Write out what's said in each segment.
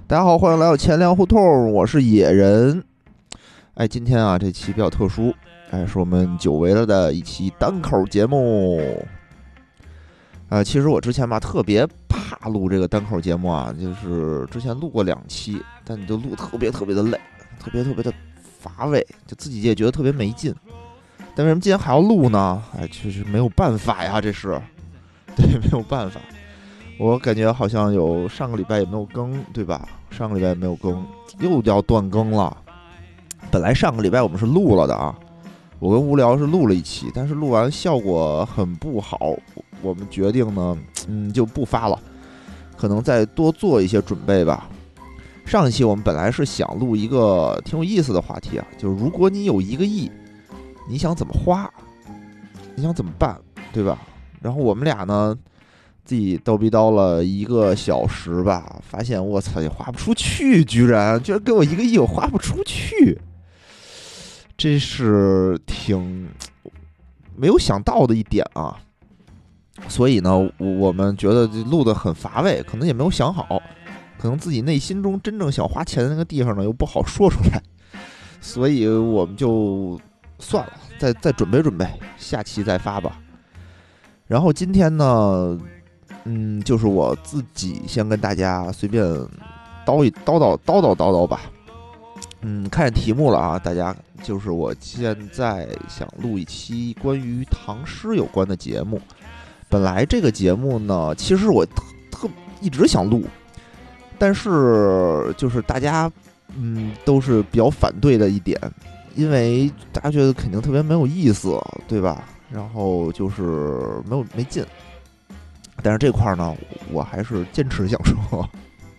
大家好，欢迎来到钱粮胡同，我是野人。今天啊，这期比较特殊，是我们久违了的一期单口节目。其实我之前吧特别怕录这个单口节目啊，就是之前录过2期，但你就录特别的累，特别的乏味，就自己也觉得特别没劲。但为什么今天还要录呢？确实没有办法呀，这是，对，没有办法。我感觉好像有上个礼拜也没有更，对吧？上个礼拜也没有更，又要断更了。本来上个礼拜我们是录了的啊，我跟无聊是录了一期，但是录完效果很不好，我们决定呢，就不发了，可能再多做一些准备吧。上一期我们本来是想录一个挺有意思的话题啊，就是如果你有1个亿，你想怎么花？你想怎么办，对吧？然后我们俩呢，自己叨逼叨了1个小时吧，发现我操也花不出去，居然给我1个亿，我花不出去，这是挺没有想到的一点啊。所以呢，我们觉得录得很乏味，可能也没有想好，可能自己内心中真正想花钱的那个地方呢又不好说出来，所以我们就算了，再准备准备，下期再发吧。然后今天呢，就是我自己先跟大家随便叨叨吧。看见题目了啊，大家，就是我现在想录一期关于唐诗有关的节目。本来这个节目呢，其实我一直想录，但是就是大家都是比较反对的一点，因为大家觉得肯定特别没有意思，对吧？然后就是没劲。但是这块呢，我还是坚持想说。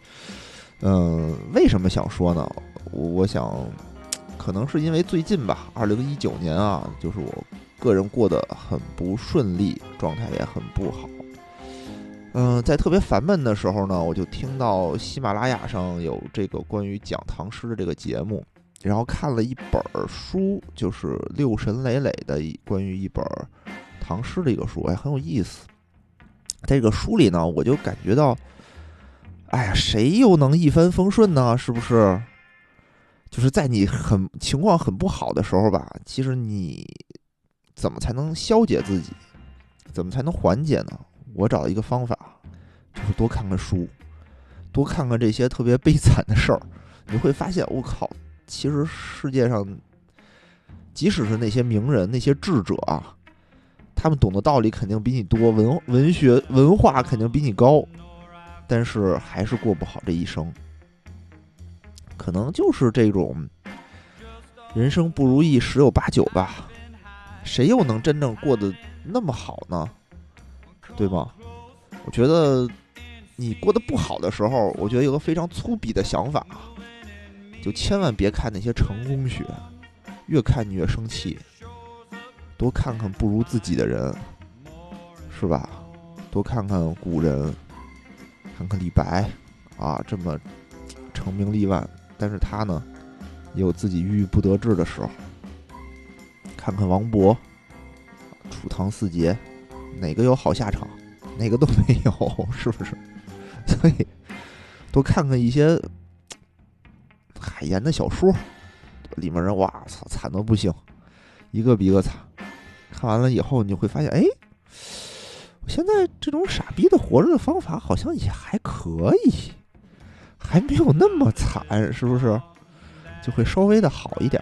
为什么想说呢？我想，可能是因为最近吧，2019年啊，就是我个人过得很不顺利，状态也很不好。在特别烦闷的时候呢，我就听到喜马拉雅上有这个关于讲唐诗的这个节目，然后看了一本书，就是六神磊磊的关于一本唐诗的一个书，很有意思。在这个书里呢，我就感觉到，谁又能一帆风顺呢？是不是？就是在你情况很不好的时候吧，其实你怎么才能消解自己？怎么才能缓解呢？我找一个方法，就是多看看书，多看看这些特别悲惨的事儿，你会发现，我靠，其实世界上，即使是那些名人、那些智者啊，他们懂的道理肯定比你多，文学文化肯定比你高，但是还是过不好这一生。可能就是这种人生不如意十有八九吧，谁又能真正过得那么好呢？对吗？我觉得你过得不好的时候，我觉得有个非常粗鄙的想法，就千万别看那些成功学，越看你越生气。多看看不如自己的人，是吧？多看看古人，看看李白啊，这么成名立万，但是他呢，也有自己郁郁不得志的时候。看看王勃，楚唐4杰，哪个有好下场？哪个都没有，是不是？所以多看看一些海盐的小说，里面人哇操惨的不行，一个比一个惨。看完了以后，你就会发现，我现在这种傻逼的活着的方法好像也还可以，还没有那么惨，是不是？就会稍微的好一点。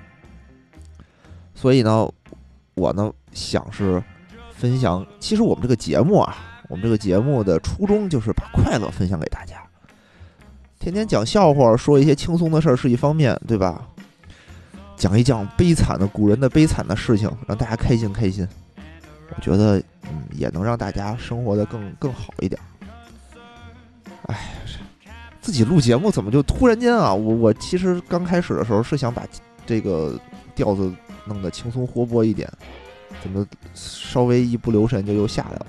所以呢，我呢想是分享，其实我们这个节目的初衷就是把快乐分享给大家。天天讲笑话，说一些轻松的事儿是一方面，对吧？讲一讲悲惨的古人的悲惨的事情，让大家开心开心。我觉得，也能让大家生活的更好一点。自己录节目怎么就突然间啊？我其实刚开始的时候是想把这个调子弄得轻松活泼一点，怎么稍微一不留神就又下来了。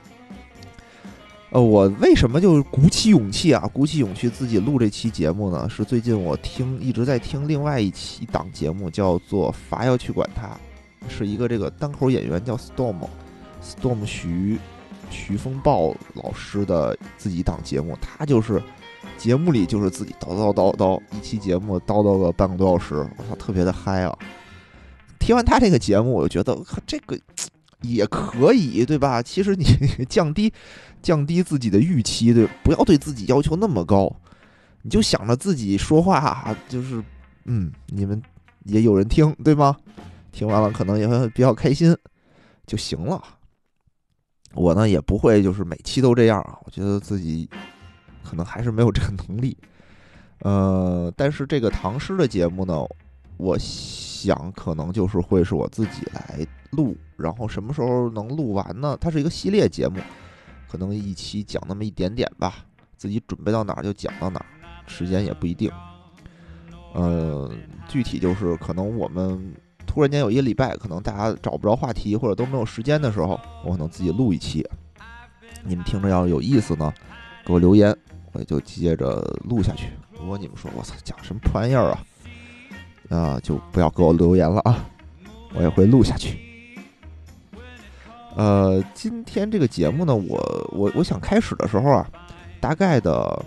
我为什么就鼓起勇气自己录这期节目呢？是最近我一直在听另外一档节目，叫做《伐要去管他》，是一个这个单口演员叫 Storm 徐风暴老师的自己档节目，他就是节目里就是自己叨叨叨叨，一期节目叨叨个半个多小时，我操，特别的嗨啊！听完他这个节目，我就觉得这个也可以，对吧？其实你降低自己的预期，对，不要对自己要求那么高，你就想着自己说话就是你们也有人听，对吗？听完了可能也会比较开心就行了。我呢也不会就是每期都这样，我觉得自己可能还是没有这个能力。但是这个唐诗的节目呢，我想可能就是会是我自己来录，然后什么时候能录完呢？它是一个系列节目，可能一期讲那么一点点吧，自己准备到哪儿就讲到哪儿，时间也不一定。具体就是可能我们突然间有一个礼拜，可能大家找不着话题或者都没有时间的时候，我可能自己录一期，你们听着要有意思呢，给我留言，我就接着录下去。如果你们说我操讲什么破玩意儿啊，就不要给我留言了啊，我也会录下去。今天这个节目呢，我想开始的时候啊，大概的，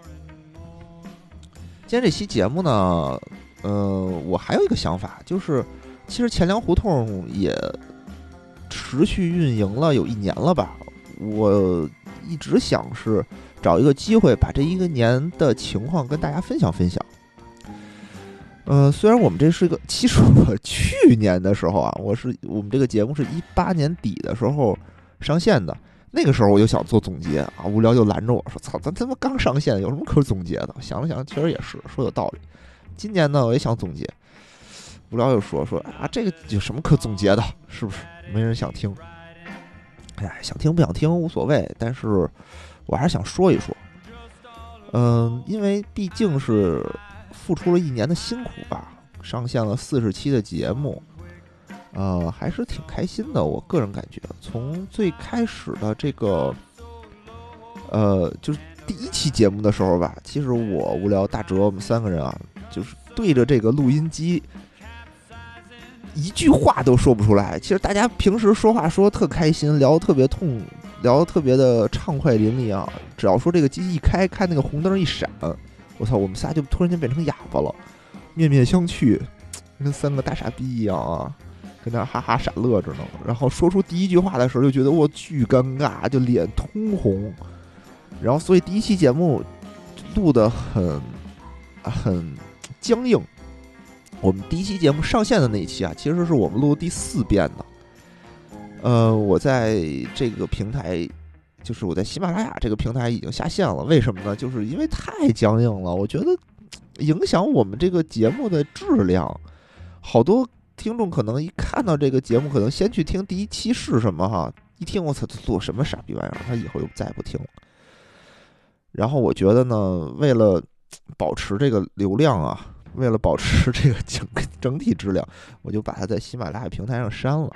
今天这期节目呢，我还有一个想法，就是其实钱粮胡同也持续运营了有1年了吧，我一直想是找一个机会把这1个年的情况跟大家分享分享。虽然我们这是个，其实我去年的时候啊，我们这个节目是18年底的时候上线的，那个时候我就想做总结啊，无聊就拦着我说：“操，咱他妈刚上线，有什么可总结的？”想了想，确实也是说有道理。今年呢，我也想总结，无聊又说啊，这个有什么可总结的？是不是？没人想听。哎呀，想听不想听无所谓，但是我还是想说一说。因为毕竟是付出了1年的辛苦吧，上线了40期的节目，还是挺开心的。我个人感觉，从最开始的这个，就是第1期节目的时候吧，其实我无聊大哲我们3个人啊，就是对着这个录音机，一句话都说不出来。其实大家平时说话说特开心，聊得特别痛，聊得特别的畅快淋漓啊，只要说这个机器一开，看那个红灯一闪，我操，我们仨就突然间变成哑巴了，面面相觑，跟3个大傻逼一样啊，跟那哈哈傻乐着呢。然后说出第1句话的时候，就觉得我巨尴尬，就脸通红。然后所以第1期节目录得很僵硬。我们第1期节目上线的那一期啊，其实是我们录第4遍的。我在这个平台，就是我在喜马拉雅这个平台已经下线了。为什么呢？就是因为太僵硬了，我觉得影响我们这个节目的质量。好多听众可能一看到这个节目，可能先去听第1期是什么哈，一听我操，做什么傻逼玩意儿，他以后就再也不听了。然后我觉得呢，为了保持这个流量啊，为了保持这个整体质量，我就把它在喜马拉雅平台上删了。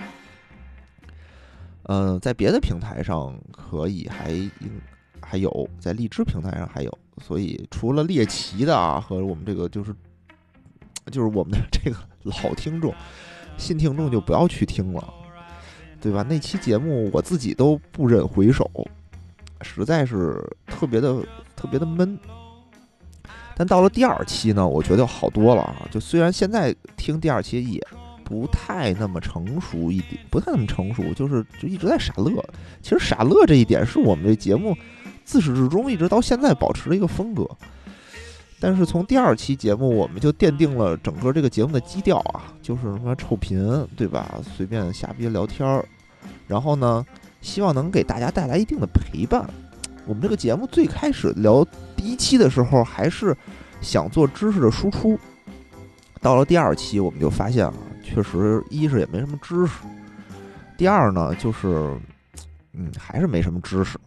在别的平台上可以还有，在荔枝平台上还有，所以除了猎奇的啊和我们这个就是我们的这个老听众、新听众就不要去听了，对吧？那期节目我自己都不忍回首，实在是特别的闷。但到了第2期呢，我觉得好多了啊！就虽然现在听第2期也不太那么成熟一点，不太那么成熟，就一直在傻乐。其实傻乐这一点是我们这节目自始至终一直到现在保持的一个风格。但是从第2期节目，我们就奠定了整个这个节目的基调啊，就是什么臭贫，对吧？随便瞎逼聊天，然后呢，希望能给大家带来一定的陪伴。我们这个节目最开始聊第1期的时候，还是想做知识的输出。到了第2期，我们就发现啊，确实一是也没什么知识，第二呢就是还是没什么知识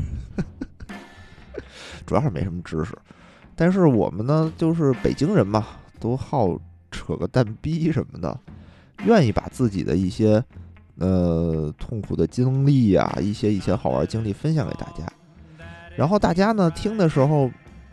主要是没什么知识。但是我们呢就是北京人嘛，都好扯个蛋逼什么的，愿意把自己的一些痛苦的经历啊，一些以前好玩经历分享给大家。然后大家呢听的时候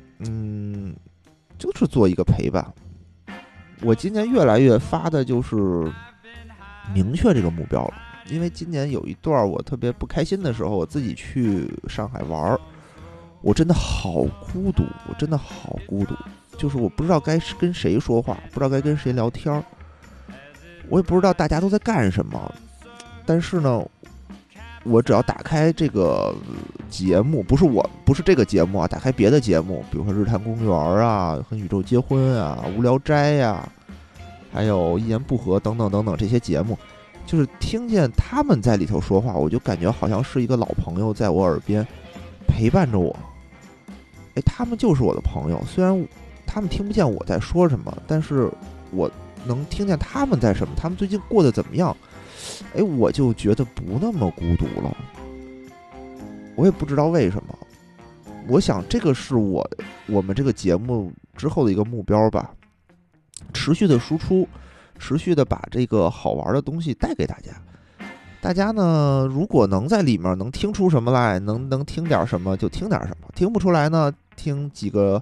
就是做一个陪伴。我今年越来越发的就是明确这个目标了，因为今年有一段我特别不开心的时候，我自己去上海玩， 我真的好孤独，我真的好孤独，就是我不知道该跟谁说话，不知道该跟谁聊天，我也不知道大家都在干什么。但是呢，我只要打开这个节目，不是这个节目啊，打开别的节目，比如说日坛公园啊、和宇宙结婚啊、无聊斋呀，还有一言不合等等等等这些节目，就是听见他们在里头说话，我就感觉好像是一个老朋友在我耳边陪伴着我。哎，他们就是我的朋友，虽然他们听不见我在说什么，但是我能听见他们在什么，他们最近过得怎么样。哎，我就觉得不那么孤独了。我也不知道为什么，我想这个是我们这个节目之后的一个目标吧，持续的输出，持续的把这个好玩的东西带给大家。大家呢，如果能在里面能听出什么来，能听点什么就听点什么，听不出来呢，听几个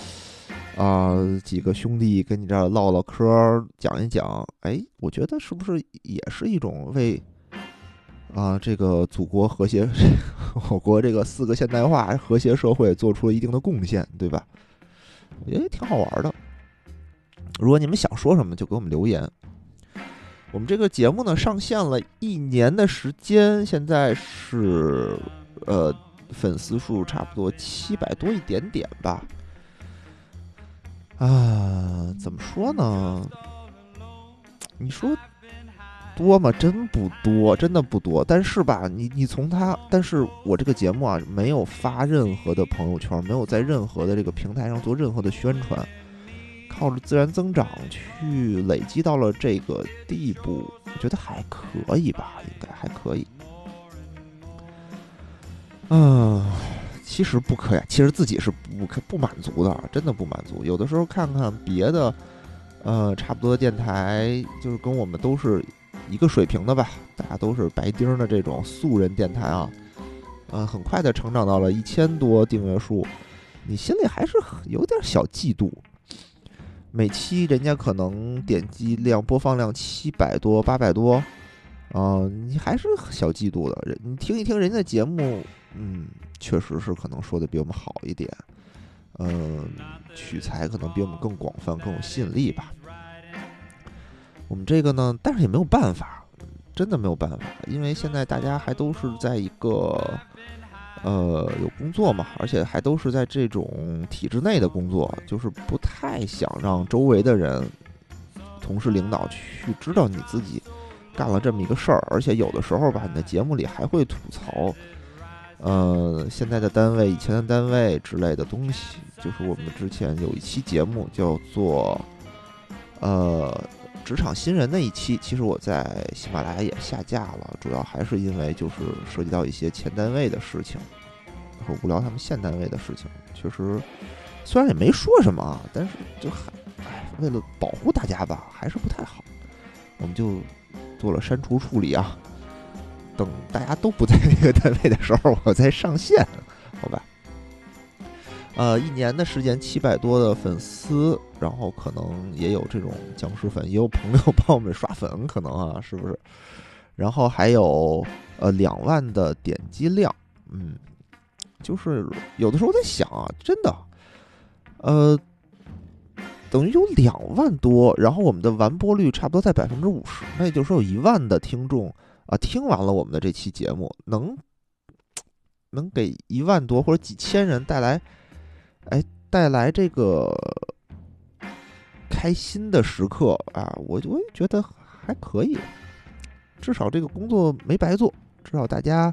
兄弟跟你这儿唠唠嗑，讲一讲，哎，我觉得是不是也是一种为这个祖国和谐，我国这个4个现代化和谐社会做出了一定的贡献，对吧？我觉得挺好玩的。如果你们想说什么，就给我们留言。我们这个节目呢上线了1年的时间，现在是粉丝数差不多700多一点点吧。怎么说呢？你说多吗？真不多，真的不多。但是吧，你从但是我这个节目啊，没有发任何的朋友圈，没有在任何的这个平台上做任何的宣传。靠着自然增长去累积到了这个地步，我觉得还可以吧，应该还可以。其实不可以，其实自己是不满足的，真的不满足。有的时候看看别的，差不多的电台，就是跟我们都是一个水平的吧，大家都是白丁的这种素人电台啊，很快的成长到了1000多订阅数，你心里还是有点小嫉妒。每期人家可能点击量、播放量700多、800多，你还是小嫉妒的。你听一听人家的节目，确实是可能说的比我们好一点，取材可能比我们更广泛、更有吸引力吧。我们这个呢，但是也没有办法，真的没有办法，因为现在大家还都是在一个。有工作嘛，而且还都是在这种体制内的工作，就是不太想让周围的人、同事、领导去知道你自己干了这么一个事儿，而且有的时候吧，你的节目里还会吐槽，现在的单位、以前的单位之类的东西。就是我们之前有一期节目叫做职场新人那一期，其实我在喜马拉雅也下架了，主要还是因为就是涉及到一些前单位的事情和无聊他们现单位的事情。确实虽然也没说什么啊，但是就为了保护大家吧，还是不太好，我们就做了删除处理啊，等大家都不在那个单位的时候我再上线，好吧。1年的时间700多的粉丝，然后可能也有这种僵尸粉，也有朋友帮我们刷粉，可能啊，是不是？然后还有2万的点击量，就是有的时候在想啊，真的，等于有2万多，然后我们的完播率差不多在50%，那也就是说有1万的听众听完了我们的这期节目，能给1万多或者几千人带来这个开心的时刻啊，我也觉得还可以，至少这个工作没白做，至少大家，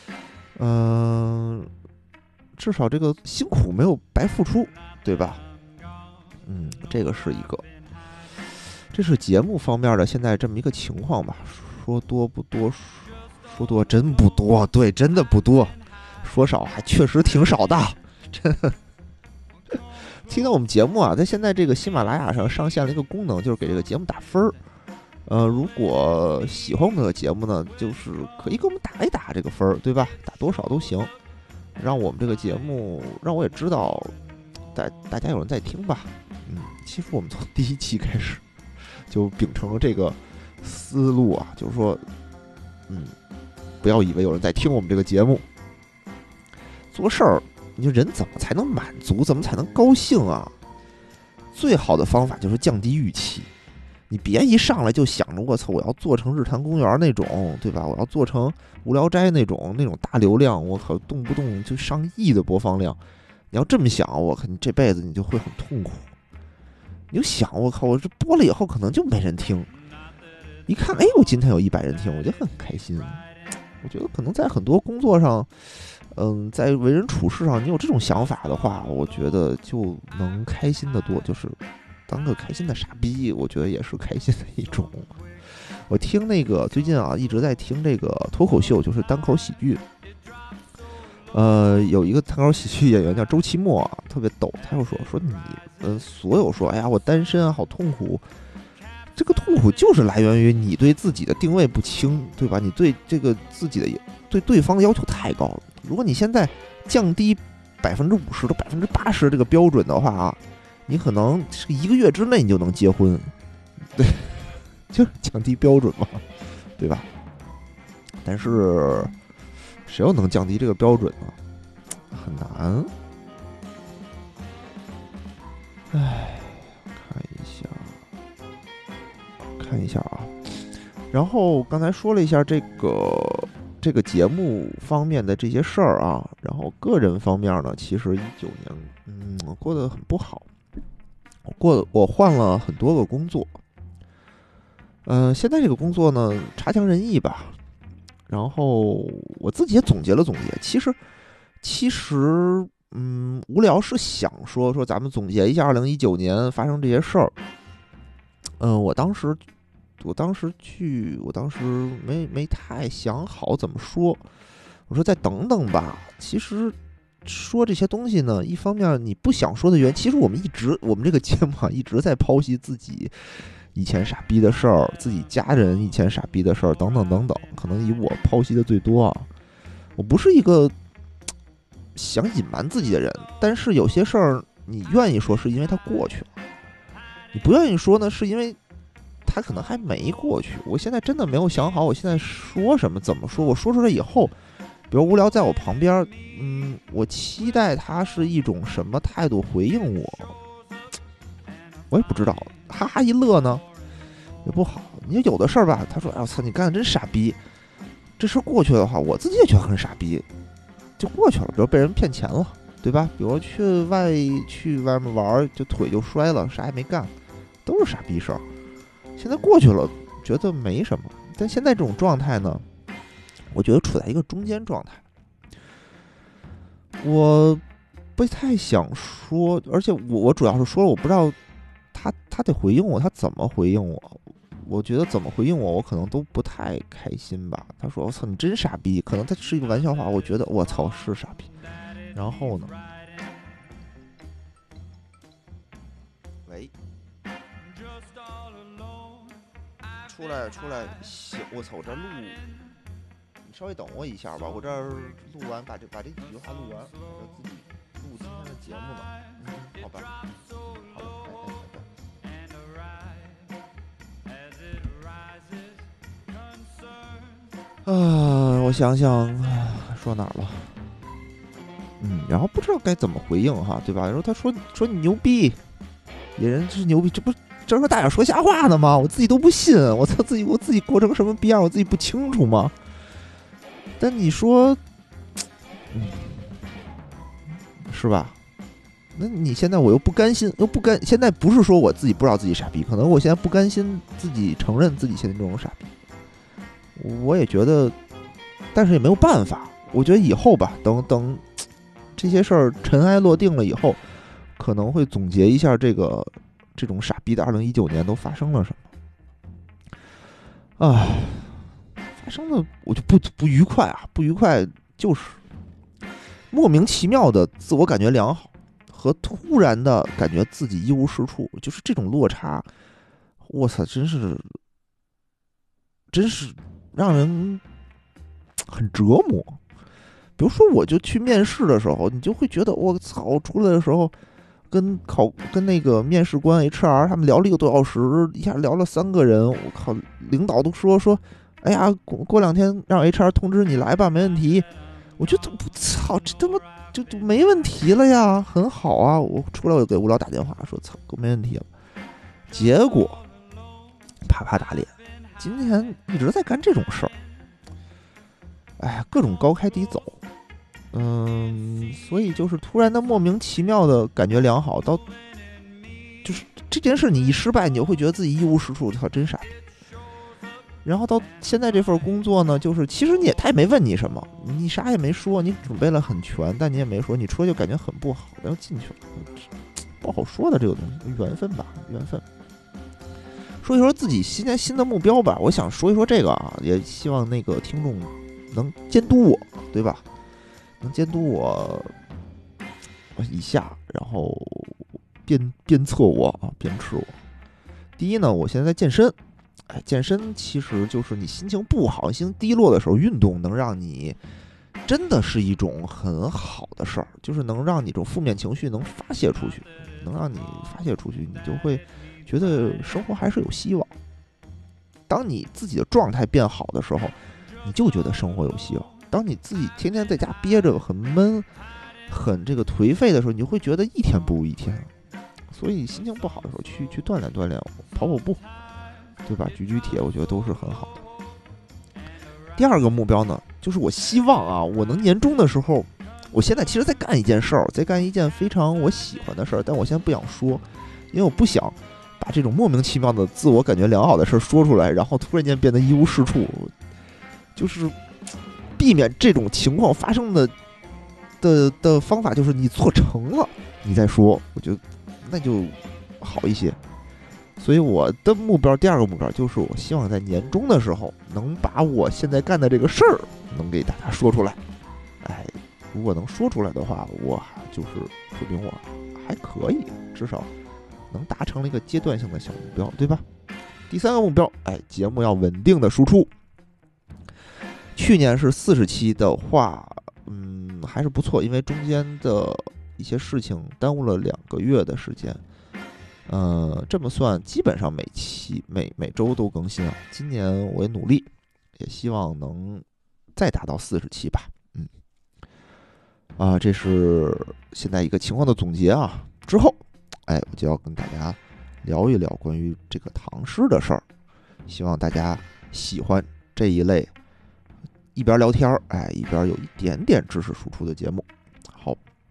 至少这个辛苦没有白付出，对吧？这个是一个，这是节目方面的现在这么一个情况吧。说多不多，说多真不多，对，真的不多，说少还确实挺少的，真的。听到我们节目啊，在现在这个喜马拉雅上上线了一个功能，就是给这个节目打分儿。如果喜欢我们的节目呢，就是可以给我们打一打这个分儿，对吧？打多少都行，让我们这个节目，让我也知道大家有人在听吧。其实我们从第1期开始就秉承了这个思路啊，就是说，不要以为有人在听我们这个节目，做事儿你说人怎么才能满足，怎么才能高兴啊？最好的方法就是降低预期。你别一上来就想着我操，我要做成日坛公园那种，对吧？我要做成无聊斋那种大流量，我靠，动不动就上亿的播放量。你要这么想，我靠，你这辈子你就会很痛苦。你就想，我靠，我这播了以后可能就没人听。一看，哎，我今天有100人听，我就很开心。我觉得可能在很多工作上，在为人处事上，你有这种想法的话，我觉得就能开心得多。就是当个开心的傻逼，我觉得也是开心的一种。我听那个最近啊，一直在听这个脱口秀，就是单口喜剧。有一个单口喜剧演员叫周奇墨啊，特别逗。他又说你所有说，哎呀，我单身啊，好痛苦。这个痛苦就是来源于你对自己的定位不清，对吧？你对这个自己的对对方的要求太高了。如果你现在降低50%到80%这个标准的话啊，你可能是1个月之内你就能结婚，对，就是降低标准嘛，对吧？但是谁又能降低这个标准呢？很难。唉，看一下啊。然后刚才说了一下这个节目方面的这些事儿啊，然后个人方面呢，其实19年过得很不好。我换了很多个工作，现在这个工作呢差强人意吧。然后我自己也总结了总结，其实无聊是想说咱们总结一下2019年发生这些事儿。我当时没太想好怎么说，我说再等等吧。其实说这些东西呢，一方面你不想说的原因，其实我们这个节目啊一直在剖析自己以前傻逼的事儿，自己家人以前傻逼的事儿，等等等等。可能以我剖析的最多啊。我不是一个想隐瞒自己的人，但是有些事儿你愿意说，是因为它过去了；你不愿意说呢，是因为它可能还没过去。我现在真的没有想好，我现在说什么，怎么说。我说出来以后，比如无聊在我旁边，我期待他是一种什么态度回应我，我也不知道。哈哈一乐呢，也不好。你有的事儿吧，他说：“哎我操，你干的真傻逼。”这事过去的话，我自己也觉得很傻逼，就过去了。比如被人骗钱了，对吧？比如去外面玩，就腿就摔了，啥也没干，都是傻逼事儿。现在过去了，觉得没什么。但现在这种状态呢，我觉得处在一个中间状态。我不太想说，而且我主要是说了，我不知道他得回应我，他怎么回应我？我觉得怎么回应我可能都不太开心吧。他说：“我操，你真傻逼。”可能他是一个玩笑话，我觉得我操是傻逼。然后呢？喂，出来，行，我操，我这录，你稍微等我一下吧，我这儿录完，把这几句话录完，我自己录今天的节目呢。好吧，好的，我想想说哪儿了？然后不知道该怎么回应哈，对吧？然后他说你牛逼，野人是牛逼，这不正说大眼说瞎话呢吗？我自己都不信，我操我自己过成什么逼样，我自己不清楚吗？但你说，是吧？那你现在我又不甘心，现在不是说我自己不知道自己傻逼，可能我现在不甘心自己承认自己现在这种傻逼。我也觉得，但是也没有办法。我觉得以后吧，等这些事儿尘埃落定了以后，可能会总结一下这种傻逼的2019年都发生了什么啊？发生的我就不愉快啊，不愉快就是莫名其妙的自我感觉良好和突然的感觉自己一无是处，就是这种落差，我操，真是让人很折磨。比如说，我就去面试的时候，你就会觉得我操，出来的时候跟那个面试官 HR 他们聊了1个多小时，一下聊了3个人，我靠，领导都说，哎呀，过2天让 HR 通知你来吧，没问题。 我觉得操，这他妈就没问题了呀，很好啊。我出来我就给无聊打电话说操，没问题了。结果啪啪打脸，今天一直在干这种事儿，哎，各种高开低走。所以就是突然的莫名其妙的感觉良好，到就是这件事你一失败，你就会觉得自己一无是处，操，真傻逼。然后到现在这份工作呢，就是其实他也没问你什么，你啥也没说，你准备了很全，但你也没说，你出来就感觉很不好，然后进去了，不好说的这个东西，缘分吧，缘分。说一说自己新的目标吧，我想说一说这个啊，也希望那个听众能监督我，对吧？能监督我一下，然后鞭策我啊，鞭笞我。第一呢，我现在在健身，健身其实就是你心情不好、心情低落的时候，运动能让你真的是一种很好的事儿，就是能让你这种负面情绪能发泄出去，你就会觉得生活还是有希望。当你自己的状态变好的时候，你就觉得生活有希望。当你自己天天在家憋着很闷、很这个颓废的时候，你就会觉得一天不如一天。所以心情不好的时候去锻炼锻炼，跑步，对吧？举铁，我觉得都是很好的。第二个目标呢，就是我希望啊，我能年终的时候，我现在其实在干一件事儿，在干一件非常我喜欢的事儿，但我现在不想说，因为我不想把这种莫名其妙的自我感觉良好的事儿说出来，然后突然间变得一无是处，就是避免这种情况发生的方法就是你做成了你再说，我觉得那就好一些。所以我的目标，第二个目标就是我希望在年终的时候能把我现在干的这个事儿能给大家说出来。如果能说出来的话，我就是说明我还可以，至少能达成了一个阶段性的小目标，对吧？第三个目标，节目要稳定的输出。去年是40期的话，还是不错，因为中间的一些事情耽误了2个月的时间。这么算，基本上每周都更新啊。今年我也努力，也希望能再达到40期吧。这是现在一个情况的总结啊。之后，我就要跟大家聊一聊关于这个唐诗的事儿。希望大家喜欢这一类一边聊天一边有一点点知识输出的节目。好。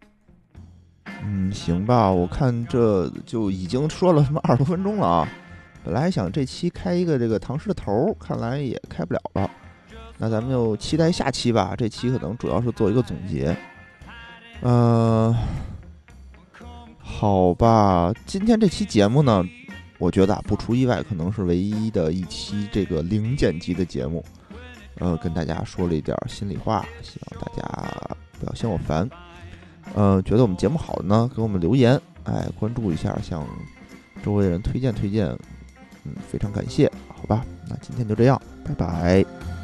行吧，我看这就已经说了20多分钟了啊。本来想这期开一个这个唐诗的头，看来也开不了了。那咱们就期待下期吧。这期可能主要是做一个总结。好吧，今天这期节目呢，我觉得不出意外，可能是唯一的一期这个零剪辑的节目。跟大家说了一点心里话，希望大家不要嫌我烦。觉得我们节目好的呢，给我们留言，关注一下，向周围人推荐，非常感谢，好吧？那今天就这样，拜拜。